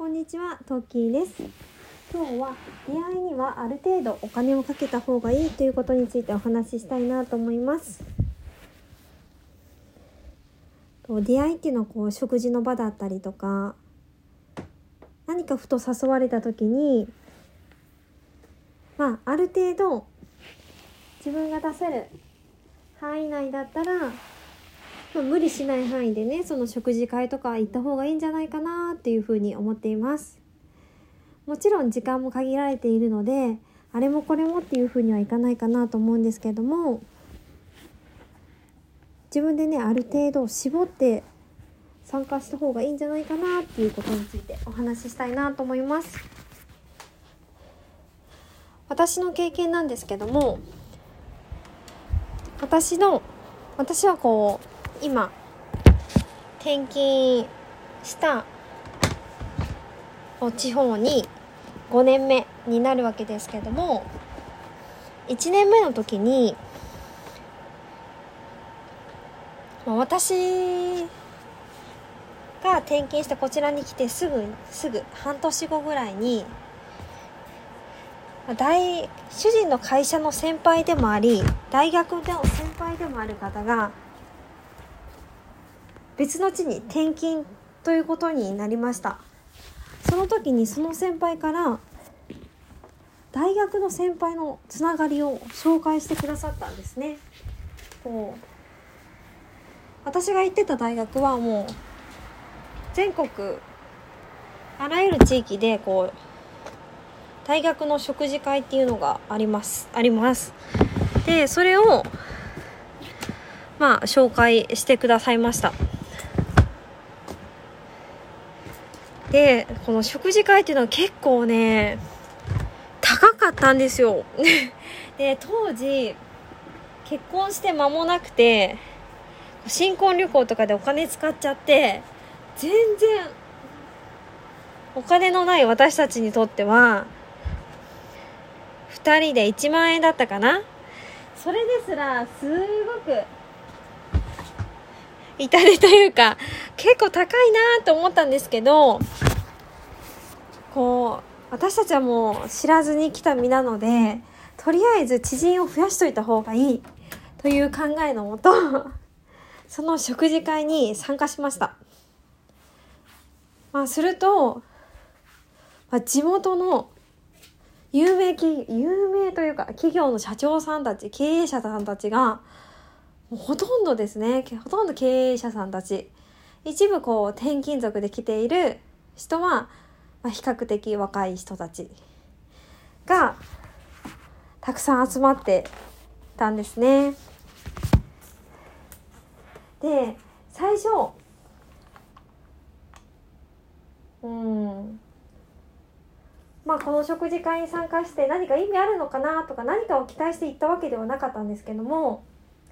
こんにちは、トッキーです。今日は出会いにはある程度お金をかけた方がいいということについてお話ししたいなと思います。出会いっていうのは食事の場だったりとか、何かふと誘われた時に、ある程度自分が出せる範囲内だったら、無理しない範囲でね、その食事会とか行った方がいいんじゃないかなっていうふうに思っています。もちろん時間も限られているので、あれもこれもっていうふうにはいかないかなと思うんですけども、自分でね、ある程度絞って参加した方がいいんじゃないかなっていうことについてお話ししたいなと思います。私の経験なんですけども、私は今転勤した地方に5年目になるわけですけども、1年目の時に私が転勤してこちらに来てすぐ半年後ぐらいに主人の会社の先輩でもあり、大学の先輩でもある方が別の地に転勤ということになりました。その時にその先輩から大学の先輩のつながりを紹介してくださったんですね。私が行ってた大学はもう全国あらゆる地域で大学の食事会っていうのがあります。で、それを紹介してくださいました。で、この食事会っていうのは結構ね、高かったんですよ。で、当時結婚して間もなくて、新婚旅行とかでお金使っちゃって、全然お金のない私たちにとっては2人で1万円だったかな。それですらすごく痛手というか、結構高いなと思ったんですけど、私たちはもう知らずに来た身なので、とりあえず知人を増やしといた方がいいという考えのもとその食事会に参加しました。すると、地元の有名というか企業の社長さんたち、経営者さんたちがほとんどですね、ほとんど経営者さんたち、一部転勤族で来ている人は、比較的若い人たちがたくさん集まってたんですね。で、最初この食事会に参加して何か意味あるのかなとか、何かを期待して行ったわけではなかったんですけども、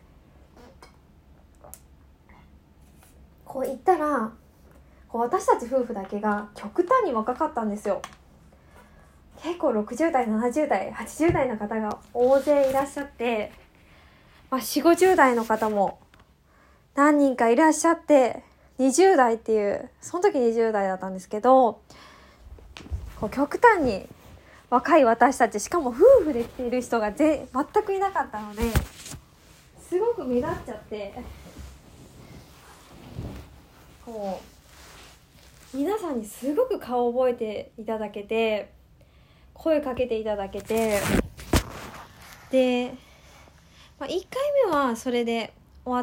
行ったら私たち夫婦だけが極端に若かったんですよ。結構60代、70代、80代の方が大勢いらっしゃって、40、50代の方も何人かいらっしゃって、20代っていう、その時20代だったんですけど、極端に若い私たち、しかも夫婦で来ている人が全くいなかったので、すごく目立っちゃって、皆さんにすごく顔を覚えていただけて、声かけていただけて、で、1回目はそれで終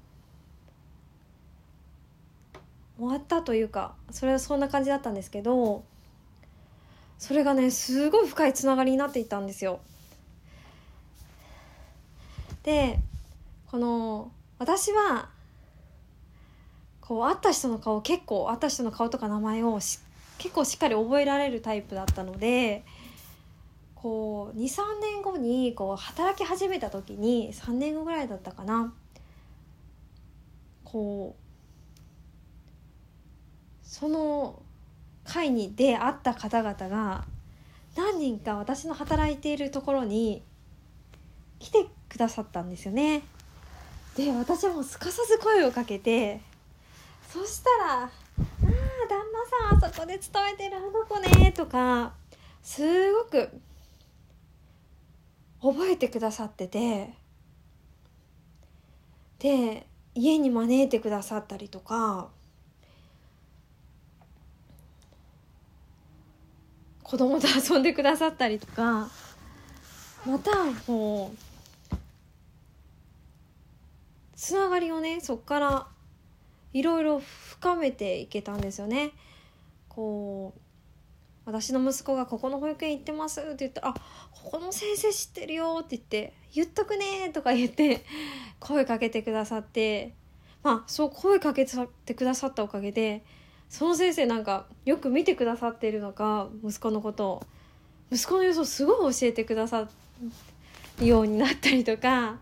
わったというか、それはそんな感じだったんですけど、それがね、すごい深いつながりになっていったんですよ。で、私は会った人の顔とか名前を結構しっかり覚えられるタイプだったので、2、3年後に働き始めた時に、3年後ぐらいだったかな、その会に出会った方々が何人か私の働いているところに来てくださったんですよね。で、私はもうすかさず声をかけて、そしたら旦那さんあそこで勤めてるあの子ねとかすごく覚えてくださってて、で家に招いてくださったりとか、子供と遊んでくださったりとか、またもうつながりをねそっからいろいろ深めていけたんですよね。こう私の息子がここの保育園行ってますって言ったら、あ、ここの先生知ってるよって言っとくねとか言って声かけてくださって、そう声かけてくださったおかげで、その先生なんかよく見てくださってるのか、息子の様子をすごい教えてくださるようになったりとか、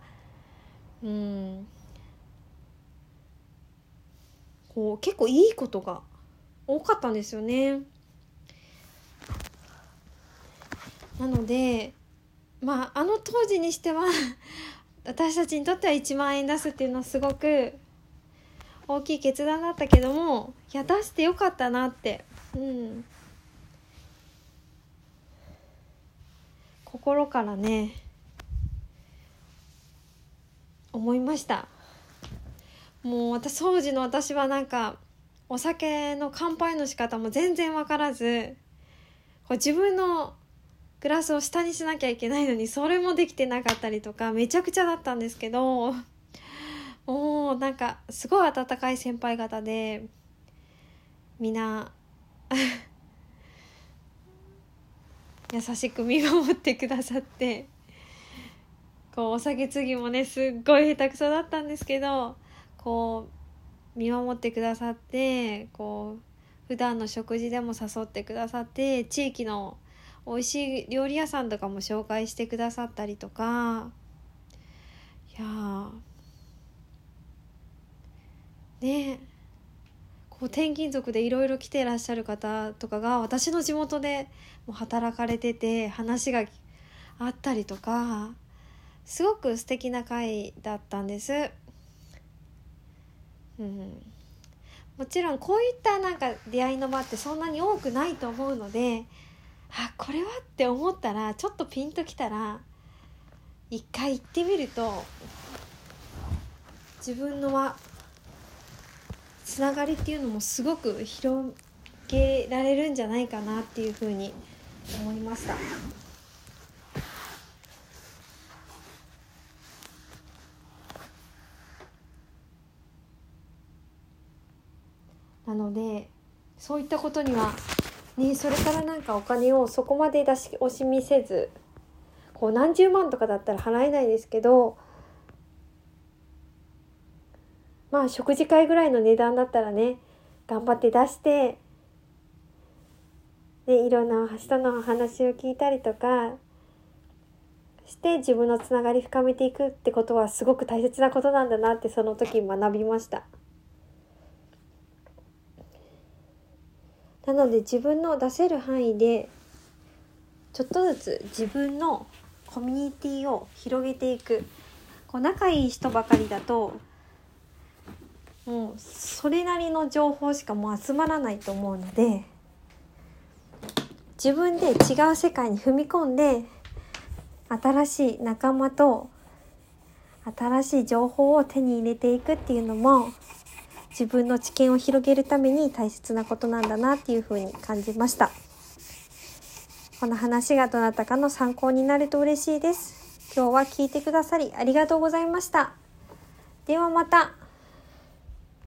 こう結構いいことが多かったんですよね。なのであの当時にしては私たちにとっては1万円出すっていうのはすごく大きい決断だったけども、いや出してよかったなって、心からね思いました。もう当時の私はなんかお酒の乾杯の仕方も全然わからず、自分のグラスを下にしなきゃいけないのにそれもできてなかったりとか、めちゃくちゃだったんですけど、もうなんかすごい温かい先輩方でみんな優しく見守ってくださって、お酒継ぎもねすっごい下手くそだったんですけど、見守ってくださって、普段の食事でも誘ってくださって、地域の美味しい料理屋さんとかも紹介してくださったりとか、いやね、転勤族でいろいろ来てらっしゃる方とかが私の地元でも働かれてて話があったりとか、すごく素敵な会だったんです。もちろんこういったなんか出会いの場ってそんなに多くないと思うので、これはって思ったら、ちょっとピンときたら一回行ってみると自分のつながりっていうのもすごく広げられるんじゃないかなっていうふうに思いました。なのでそういったことにはね、それからなんかお金をそこまで出し惜しみせず、何十万とかだったら払えないですけど、食事会ぐらいの値段だったらね頑張って出して、いろんな人の話を聞いたりとかして自分のつながり深めていくってことはすごく大切なことなんだなってその時学びました。なので自分の出せる範囲でちょっとずつ自分のコミュニティを広げていく。仲いい人ばかりだともうそれなりの情報しかもう集まらないと思うので、自分で違う世界に踏み込んで新しい仲間と新しい情報を手に入れていくっていうのも自分の知見を広げるために大切なことなんだなっていうふうに感じました。この話がどなたかの参考になると嬉しいです。今日は聞いてくださりありがとうございました。ではまた。